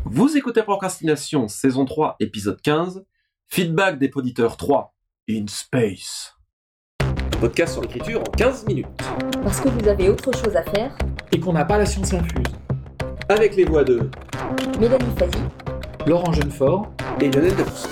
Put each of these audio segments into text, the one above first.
Vous écoutez Procrastination, saison 3, épisode 15, Feedback des auditeurs 3, In Space. Podcast sur l'écriture en 15 minutes. Parce que vous avez autre chose à faire. Et qu'on n'a pas la science infuse. Avec les voix de Mélanie Fazi, Laurent Jeunefort et Lionel Debus.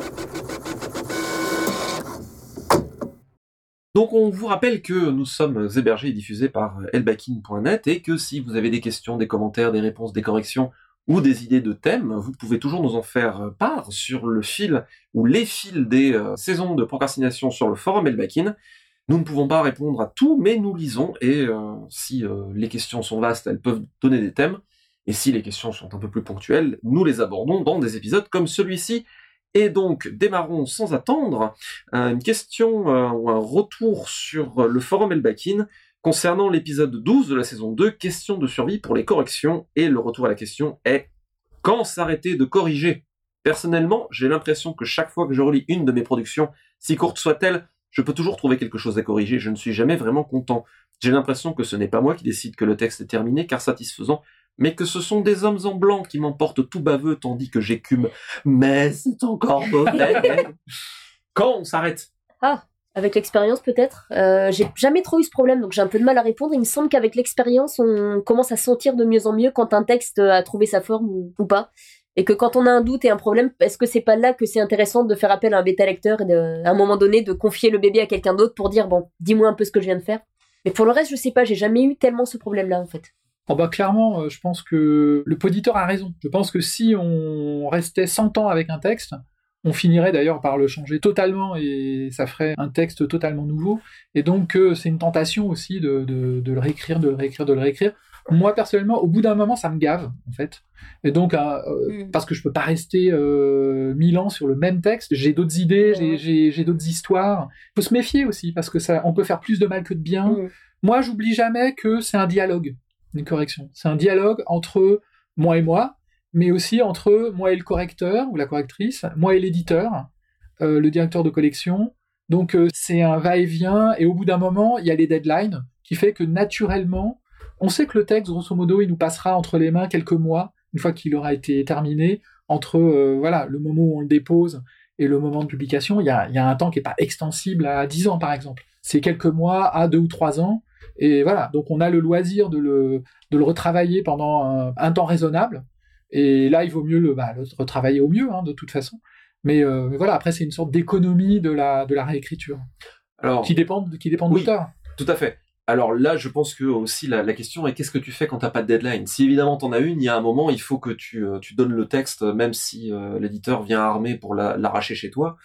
Donc on vous rappelle que nous sommes hébergés et diffusés par elbakin.net et que si vous avez des questions, des commentaires, des réponses, des corrections ou des idées de thèmes, vous pouvez toujours nous en faire part sur le fil ou les fils des saisons de procrastination sur le forum Elbakin. Nous ne pouvons pas répondre à tout, mais nous lisons et si les questions sont vastes, elles peuvent donner des thèmes. Et si les questions sont un peu plus ponctuelles, nous les abordons dans des épisodes comme celui-ci. Et donc, démarrons sans attendre une question ou un retour sur le forum Elbakin concernant l'épisode 12 de la saison 2, question de survie pour les corrections. Et le retour à la question est « Quand s'arrêter de corriger ?» Personnellement, j'ai l'impression que chaque fois que je relis une de mes productions, si courte soit-elle, je peux toujours trouver quelque chose à corriger, je ne suis jamais vraiment content. J'ai l'impression que ce n'est pas moi qui décide que le texte est terminé car satisfaisant, mais que ce sont des hommes en blanc qui m'emportent tout baveux tandis que j'écume. Mais c'est encore mauvais. Quand on s'arrête? Avec l'expérience peut-être. J'ai jamais trop eu ce problème, donc j'ai un peu de mal à répondre. Il me semble qu'avec l'expérience, on commence à sentir de mieux en mieux quand un texte a trouvé sa forme ou pas. Et que quand on a un doute et un problème, est-ce que c'est pas là que c'est intéressant de faire appel à un bêta-lecteur et à un moment donné de confier le bébé à quelqu'un d'autre pour dire, bon, dis-moi un peu ce que je viens de faire. Mais pour le reste, je sais pas, j'ai jamais eu tellement ce problème-là en fait. Clairement, je pense que le poditeur a raison. Je pense que si on restait 100 ans avec un texte, on finirait d'ailleurs par le changer totalement et ça ferait un texte totalement nouveau. Et donc, c'est une tentation aussi de le réécrire, de le réécrire. Moi, personnellement, au bout d'un moment, ça me gave, en fait. Et donc, parce que je peux pas rester 1000 ans sur le même texte. J'ai d'autres idées, j'ai d'autres histoires. Il faut se méfier aussi, parce que on peut faire plus de mal que de bien. Moi, j'oublie jamais que c'est un dialogue. Une correction. C'est un dialogue entre moi et moi, mais aussi entre moi et le correcteur ou la correctrice, moi et l'éditeur, le directeur de collection. Donc c'est un va-et-vient, et au bout d'un moment, il y a les deadlines, qui fait que naturellement, on sait que le texte, grosso modo, il nous passera entre les mains quelques mois, une fois qu'il aura été terminé, entre le moment où on le dépose et le moment de publication. Il y a un temps qui n'est pas extensible à 10 ans, par exemple. C'est quelques mois à 2 ou 3 ans. Et voilà, donc on a le loisir de le retravailler pendant un temps raisonnable. Et là, il vaut mieux le retravailler au mieux, de toute façon. Mais voilà, après, c'est une sorte d'économie de la réécriture. Alors, qui dépend de l'auteur. Tout à fait. Alors là, je pense que aussi la question est qu'est-ce que tu fais quand t'as pas de deadline? Si évidemment t'en as une, il y a un moment, il faut que tu donnes le texte, même si l'éditeur vient armé pour l'arracher chez toi.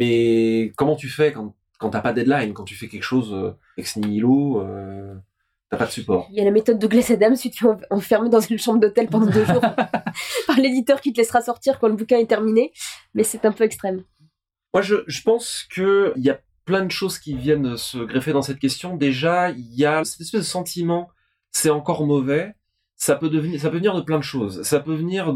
Mais comment tu fais quand t'as pas de deadline, quand tu fais quelque chose ex nihilo, t'as pas de support. Il y a la méthode de Douglas Adams, tu es enfermé dans une chambre d'hôtel pendant 2 jours par l'éditeur qui te laissera sortir quand le bouquin est terminé, mais c'est un peu extrême. Moi, je pense que il y a plein de choses qui viennent se greffer dans cette question. Déjà, il y a cette espèce de sentiment, c'est encore mauvais. Ça peut venir de plein de choses. Ça peut venir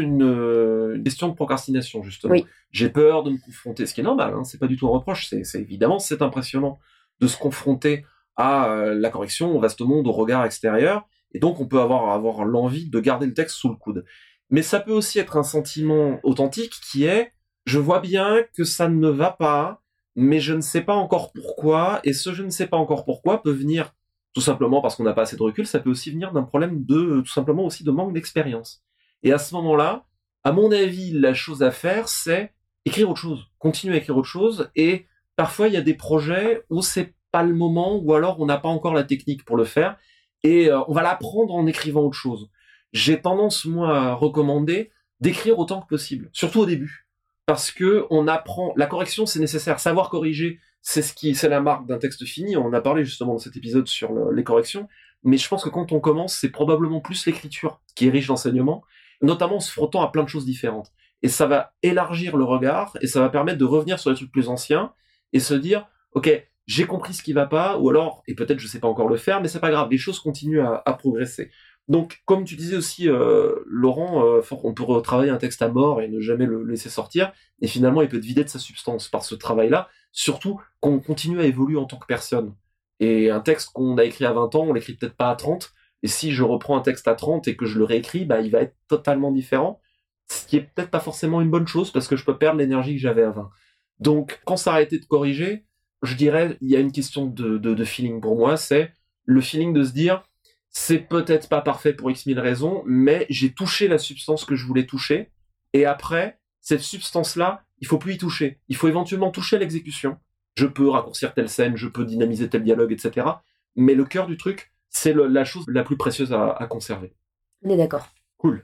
une question de procrastination, justement. Oui. J'ai peur de me confronter, ce qui est normal, c'est pas du tout un reproche, c'est évidemment, c'est impressionnant de se confronter à la correction, au vaste monde, au regard extérieur, et donc on peut avoir l'envie de garder le texte sous le coude. Mais ça peut aussi être un sentiment authentique qui est, je vois bien que ça ne me va pas, mais je ne sais pas encore pourquoi, et ce je ne sais pas encore pourquoi peut venir tout simplement parce qu'on n'a pas assez de recul, ça peut aussi venir d'un problème tout simplement aussi de manque d'expérience. Et à ce moment-là, à mon avis, la chose à faire, c'est écrire autre chose, continuer à écrire autre chose, et parfois il y a des projets où c'est pas le moment, ou alors on n'a pas encore la technique pour le faire, et on va l'apprendre en écrivant autre chose. J'ai tendance, moi, à recommander d'écrire autant que possible, surtout au début, parce que on apprend, la correction c'est nécessaire, savoir corriger, c'est la marque d'un texte fini, on en a parlé justement dans cet épisode sur les corrections, mais je pense que quand on commence, c'est probablement plus l'écriture qui est riche d'enseignement, notamment en se frottant à plein de choses différentes. Et ça va élargir le regard, et ça va permettre de revenir sur les trucs plus anciens, et se dire, ok, j'ai compris ce qui va pas, ou alors, et peut-être je sais pas encore le faire, mais c'est pas grave, les choses continuent à progresser. Donc, comme tu disais aussi, Laurent, on peut retravailler un texte à mort et ne jamais le laisser sortir, et finalement, il peut être vidé de sa substance par ce travail-là, surtout qu'on continue à évoluer en tant que personne. Et un texte qu'on a écrit à 20 ans, on l'écrit peut-être pas à 30, et si je reprends un texte à 30 et que je le réécris, il va être totalement différent. ce qui est peut-être pas forcément une bonne chose parce que je peux perdre l'énergie que j'avais avant. Donc, quand ça a été de corriger, je dirais, il y a une question de feeling pour moi, c'est le feeling de se dire, c'est peut-être pas parfait pour X mille raisons, mais j'ai touché la substance que je voulais toucher, et après, cette substance-là, il faut plus y toucher. Il faut éventuellement toucher l'exécution. Je peux raccourcir telle scène, je peux dynamiser tel dialogue, etc. Mais le cœur du truc, c'est la chose la plus précieuse à conserver. On est d'accord. Cool.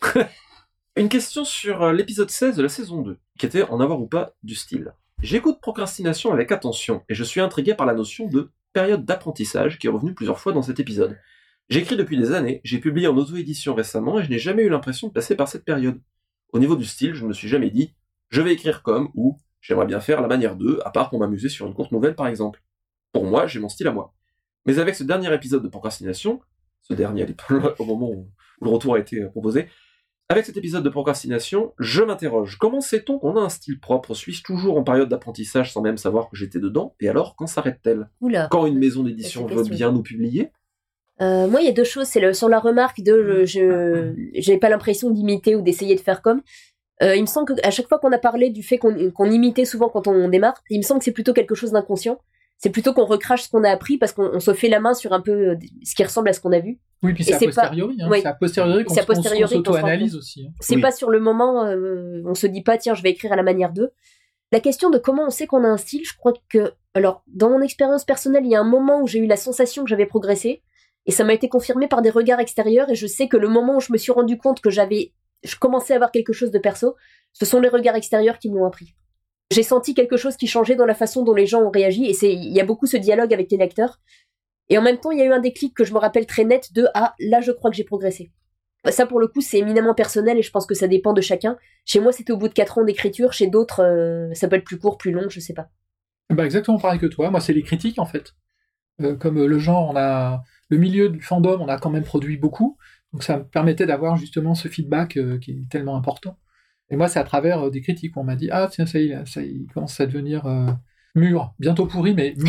Une question sur l'épisode 16 de la saison 2, qui était en avoir ou pas du style. J'écoute Procrastination avec attention, et je suis intrigué par la notion de période d'apprentissage qui est revenue plusieurs fois dans cet épisode. J'écris depuis des années, j'ai publié en auto-édition récemment, et je n'ai jamais eu l'impression de passer par cette période. Au niveau du style, je ne me suis jamais dit « je vais écrire comme » ou « j'aimerais bien faire la manière de », à part pour m'amuser sur une courte nouvelle par exemple. Pour moi, j'ai mon style à moi. Mais avec ce dernier épisode de Procrastination, ce dernier au moment où le retour a été proposé, avec cet épisode de Procrastination, je m'interroge. Comment sait-on qu'on a un style propre ? Suis-je toujours en période d'apprentissage sans même savoir que j'étais dedans ? Et alors, quand s'arrête-t-elle ? Oula. Quand une maison d'édition veut bien nous publier ? Moi, il y a deux choses. C'est sur la remarque de j'ai pas l'impression d'imiter ou d'essayer de faire comme. Il me semble qu'à chaque fois qu'on a parlé du fait qu'on imitait souvent quand on démarre, il me semble que c'est plutôt quelque chose d'inconscient. C'est plutôt qu'on recrache ce qu'on a appris parce qu'on se fait la main sur un peu ce qui ressemble à ce qu'on a vu. Oui, puis c'est a posteriori. Pas... C'est a posteriori qu'on s'auto-analyse aussi. C'est pas sur le moment, on se dit pas, tiens, je vais écrire à la manière d'eux. La question de comment on sait qu'on a un style, je crois que... Alors, dans mon expérience personnelle, il y a un moment où j'ai eu la sensation que j'avais progressé, et ça m'a été confirmé par des regards extérieurs, et je sais que le moment où je me suis rendu compte que je commençais à avoir quelque chose de perso, ce sont les regards extérieurs qui me l'ont appris. J'ai senti quelque chose qui changeait dans la façon dont les gens ont réagi, et il y a beaucoup ce dialogue avec les lecteurs. Et en même temps, il y a eu un déclic que je me rappelle très net de « Ah, là, je crois que j'ai progressé ». Ça, pour le coup, c'est éminemment personnel, et je pense que ça dépend de chacun. Chez moi, c'était au bout de 4 ans d'écriture, chez d'autres, ça peut être plus court, plus long, je sais pas. Bah exactement pareil que toi. Moi, c'est les critiques, en fait. Comme le genre, le milieu du fandom, on a quand même produit beaucoup, donc ça me permettait d'avoir justement ce feedback qui est tellement important. Et moi, c'est à travers des critiques où on m'a dit « Ah, tiens, ça y est, il commence à devenir mûr. Bientôt pourri, mais mûr. »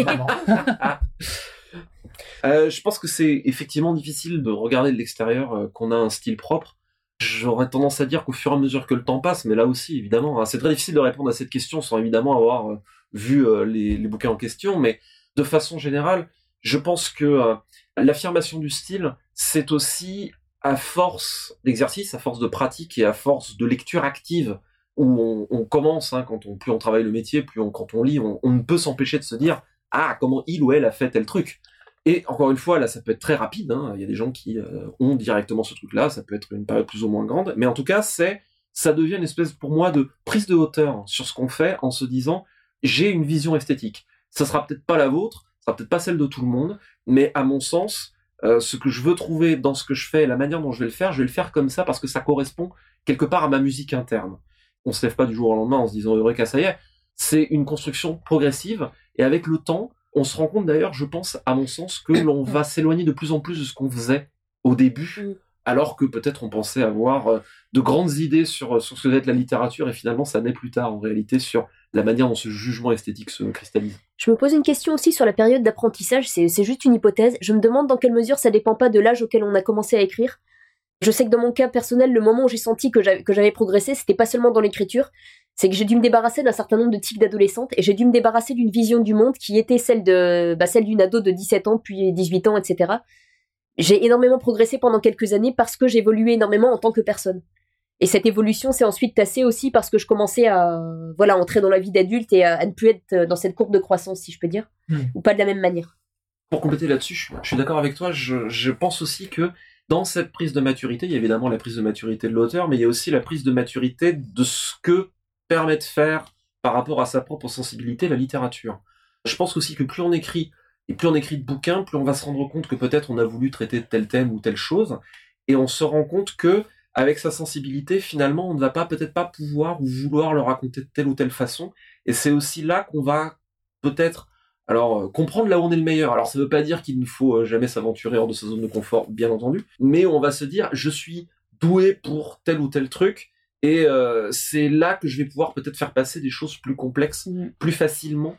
Je pense que c'est effectivement difficile de regarder de l'extérieur qu'on a un style propre. J'aurais tendance à dire qu'au fur et à mesure que le temps passe, mais là aussi, évidemment, c'est très difficile de répondre à cette question sans évidemment avoir vu les bouquins en question, mais de façon générale, je pense que l'affirmation du style, c'est aussi à force d'exercice, à force de pratique et à force de lecture active, où on commence, plus on travaille le métier, quand on lit, on ne peut s'empêcher de se dire « Ah, comment il ou elle a fait tel truc ?» Et encore une fois, là, ça peut être très rapide, il y a des gens qui ont directement ce truc-là, ça peut être une période plus ou moins grande, mais en tout cas, ça devient une espèce, pour moi, de prise de hauteur sur ce qu'on fait en se disant « J'ai une vision esthétique. Ça sera peut-être pas la vôtre, ça sera peut-être pas celle de tout le monde, mais à mon sens, ce que je veux trouver dans ce que je fais, la manière dont je vais le faire comme ça parce que ça correspond quelque part à ma musique interne. » On se lève pas du jour au lendemain en se disant « Eureka, ça y est ». C'est une construction progressive, et avec le temps, on se rend compte d'ailleurs, je pense, à mon sens, que l'on va s'éloigner de plus en plus de ce qu'on faisait au début, alors que peut-être on pensait avoir de grandes idées sur ce que doit être la littérature, et finalement ça naît plus tard en réalité sur la manière dont ce jugement esthétique se cristallise. Je me pose une question aussi sur la période d'apprentissage, c'est juste une hypothèse. Je me demande dans quelle mesure ça dépend pas de l'âge auquel on a commencé à écrire. Je sais que dans mon cas personnel, le moment où j'ai senti que j'avais progressé, c'était pas seulement dans l'écriture, c'est que j'ai dû me débarrasser d'un certain nombre de tics d'adolescente, et j'ai dû me débarrasser d'une vision du monde qui était celle d'une ado de 17 ans, puis 18 ans, etc. J'ai énormément progressé pendant quelques années parce que j'évoluais énormément en tant que personne. Et cette évolution s'est ensuite tassée aussi parce que je commençais à entrer dans la vie d'adulte et à ne plus être dans cette courbe de croissance, si je peux dire, ou pas de la même manière. Pour compléter là-dessus, je suis d'accord avec toi, je pense aussi que dans cette prise de maturité, il y a évidemment la prise de maturité de l'auteur, mais il y a aussi la prise de maturité de ce que permet de faire par rapport à sa propre sensibilité la littérature. Je pense aussi que plus on écrit, et plus on écrit de bouquins, plus on va se rendre compte que peut-être on a voulu traiter de tel thème ou telle chose, et on se rend compte que avec sa sensibilité, finalement, on ne va peut-être pas pouvoir ou vouloir le raconter de telle ou telle façon, et c'est aussi là qu'on va peut-être comprendre là où on est le meilleur. Alors ça veut pas dire qu'il ne faut jamais s'aventurer hors de sa zone de confort, bien entendu, mais on va se dire, je suis doué pour tel ou tel truc, et c'est là que je vais pouvoir peut-être faire passer des choses plus complexes, plus facilement,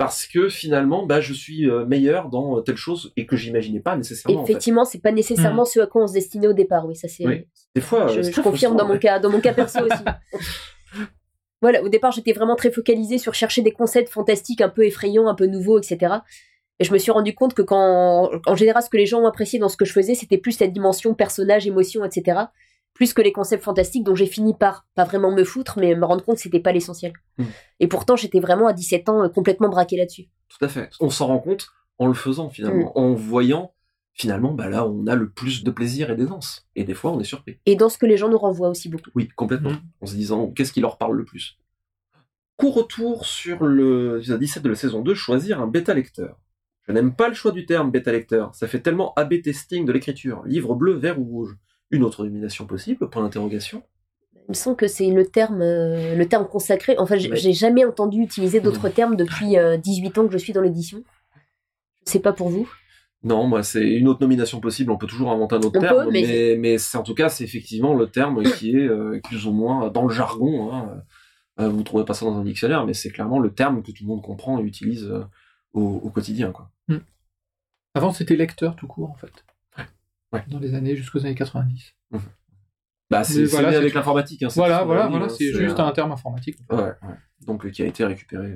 parce que finalement, je suis meilleur dans telle chose et que j'imaginais pas nécessairement. Effectivement, c'est pas nécessairement ce à quoi on se destinait au départ. Oui, ça c'est. Oui. Des fois, je confirme dans mon cas perso aussi. Voilà, au départ, j'étais vraiment très focalisée sur chercher des concepts fantastiques, un peu effrayants, un peu nouveaux, etc. Et je me suis rendu compte que en général, ce que les gens ont apprécié dans ce que je faisais, c'était plus la dimension personnage, émotion, etc. Plus que les concepts fantastiques dont j'ai fini par pas vraiment me foutre, mais me rendre compte que c'était pas l'essentiel. Et pourtant, j'étais vraiment à 17 ans complètement braquée là-dessus. Tout à fait. On s'en rend compte en le faisant finalement, en voyant finalement, là, on a le plus de plaisir et d'aisance. Et des fois, on est surpris. Et dans ce que les gens nous renvoient aussi beaucoup. Oui, complètement. En se disant, qu'est-ce qui leur parle le plus. Court retour sur l'épisode 17 de la saison 2, choisir un bêta-lecteur. Je n'aime pas le choix du terme bêta-lecteur. Ça fait tellement A/B testing de l'écriture. Livre bleu, vert ou rouge. Une autre nomination possible, point d'interrogation. Il me semble que c'est le terme consacré. Enfin, j'ai jamais entendu utiliser d'autres termes depuis 18 ans que je suis dans l'édition. C'est pas pour vous? Non, moi, c'est une autre nomination possible. On peut toujours inventer un autre terme, mais en tout cas, c'est effectivement le terme qui est plus ou moins dans le jargon. Vous ne trouvez pas ça dans un dictionnaire, mais c'est clairement le terme que tout le monde comprend et utilise au quotidien, quoi. Avant, c'était lecteur tout court, en fait. Ouais. Dans les années jusqu'aux années 90. C'est avec l'informatique. Voilà, c'est juste un terme informatique. Ouais. Donc, qui a été récupéré.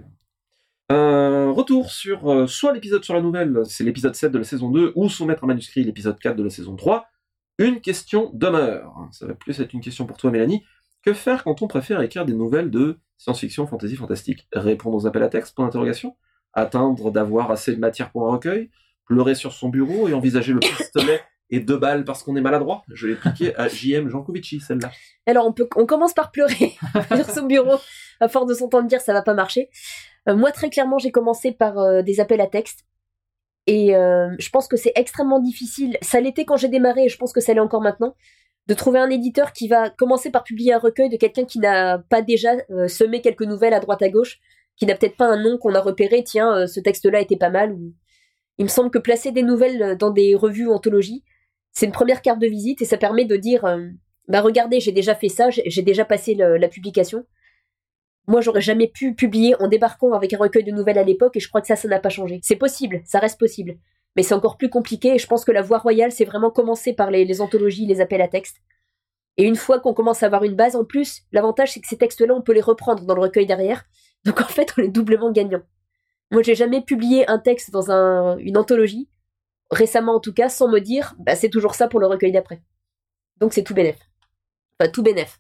Retour sur soit l'épisode sur la nouvelle, c'est l'épisode 7 de la saison 2, ou soumettre un manuscrit, l'épisode 4 de la saison 3. Une question demeure. Ça va plus être une question pour toi, Mélanie. Que faire quand on préfère écrire des nouvelles de science-fiction, fantasy, fantastique? Répondre aux appels à texte, point d'interrogation? Atteindre d'avoir assez de matière pour un recueil? Pleurer sur son bureau et envisager le pistolet et 2 balles parce qu'on est maladroit? Je l'ai piqué à J.M. Jancovici, celle-là. Alors, on commence par pleurer sur son bureau, à force de s'entendre dire ça va pas marcher. Moi, très clairement, j'ai commencé par des appels à texte. Et je pense que c'est extrêmement difficile. Ça l'était quand j'ai démarré, et je pense que ça l'est encore maintenant, de trouver un éditeur qui va commencer par publier un recueil de quelqu'un qui n'a pas déjà semé quelques nouvelles à droite à gauche, qui n'a peut-être pas un nom qu'on a repéré, tiens, ce texte-là était pas mal. Ou... Il me semble que placer des nouvelles dans des revues ou anthologies, c'est une première carte de visite et ça permet de dire regardez, j'ai déjà fait ça, j'ai déjà passé la publication. Moi, j'aurais jamais pu publier en débarquant avec un recueil de nouvelles à l'époque et je crois que ça n'a pas changé. C'est possible, ça reste possible. Mais c'est encore plus compliqué et je pense que la voie royale, c'est vraiment commencer par les anthologies, les appels à texte. Et une fois qu'on commence à avoir une base, en plus, l'avantage, c'est que ces textes-là, on peut les reprendre dans le recueil derrière. Donc en fait, on est doublement gagnant. Moi, j'ai jamais publié un texte dans une anthologie, récemment en tout cas, sans me dire c'est toujours ça pour le recueil d'après. Donc c'est tout bénef. Enfin, tout bénef.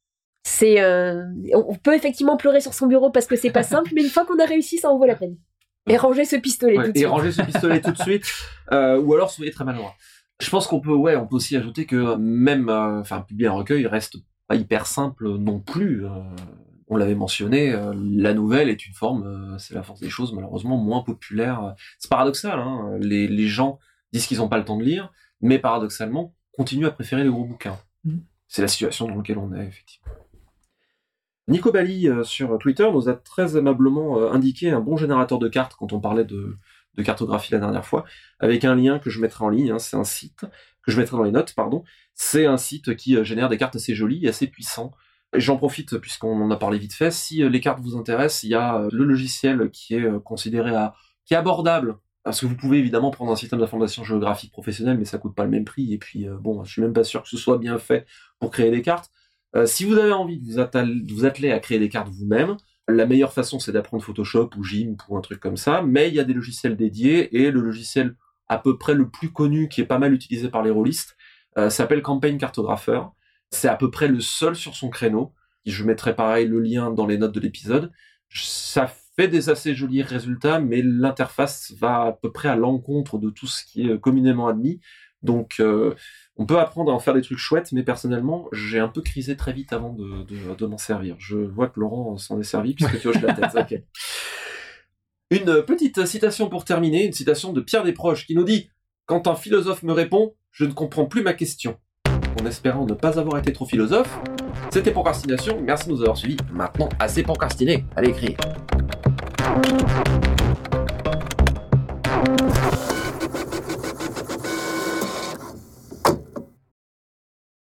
On peut effectivement pleurer sur son bureau parce que c'est pas simple, mais une fois qu'on a réussi, ça en vaut la peine. Et ranger ce pistolet tout de suite. Et ranger ce pistolet tout de suite, ou alors soyez très maladroit. Je pense qu'on peut aussi ajouter que même, publier un recueil reste pas hyper simple non plus. On l'avait mentionné, la nouvelle est une forme, c'est la force des choses, malheureusement moins populaire. C'est paradoxal, hein. Les gens disent qu'ils n'ont pas le temps de lire, mais paradoxalement continuent à préférer les gros bouquins. C'est la situation dans laquelle on est, effectivement. Nico Bali sur Twitter nous a très aimablement indiqué un bon générateur de cartes quand on parlait de cartographie la dernière fois, avec un lien que je mettrai en ligne, c'est un site que je mettrai dans les notes, c'est un site qui génère des cartes assez jolies et assez puissants. Et j'en profite, puisqu'on en a parlé vite fait, si les cartes vous intéressent, il y a le logiciel qui est considéré qui est abordable, parce que vous pouvez évidemment prendre un système d'information géographique professionnel, mais ça coûte pas le même prix, et puis je suis même pas sûr que ce soit bien fait pour créer des cartes. Si vous avez envie de vous atteler à créer des cartes vous-même, la meilleure façon c'est d'apprendre Photoshop ou GIMP ou un truc comme ça, mais il y a des logiciels dédiés, et le logiciel à peu près le plus connu, qui est pas mal utilisé par les rôlistes, s'appelle Campaign Cartographer. C'est à peu près le seul sur son créneau. Je mettrai pareil le lien dans les notes de l'épisode. Ça fait des assez jolis résultats, mais l'interface va à peu près à l'encontre de tout ce qui est communément admis. Donc on peut apprendre à en faire des trucs chouettes, mais personnellement, j'ai un peu crisé très vite avant de m'en servir. Je vois que Laurent s'en est servi, puisque tu hoches la tête. Okay. Une petite citation pour terminer, une citation de Pierre Desproges, qui nous dit « Quand un philosophe me répond, je ne comprends plus ma question. » En espérant ne pas avoir été trop philosophe, c'était Procrastination, merci de nous avoir suivis. Maintenant, assez procrastiné, allez écrire.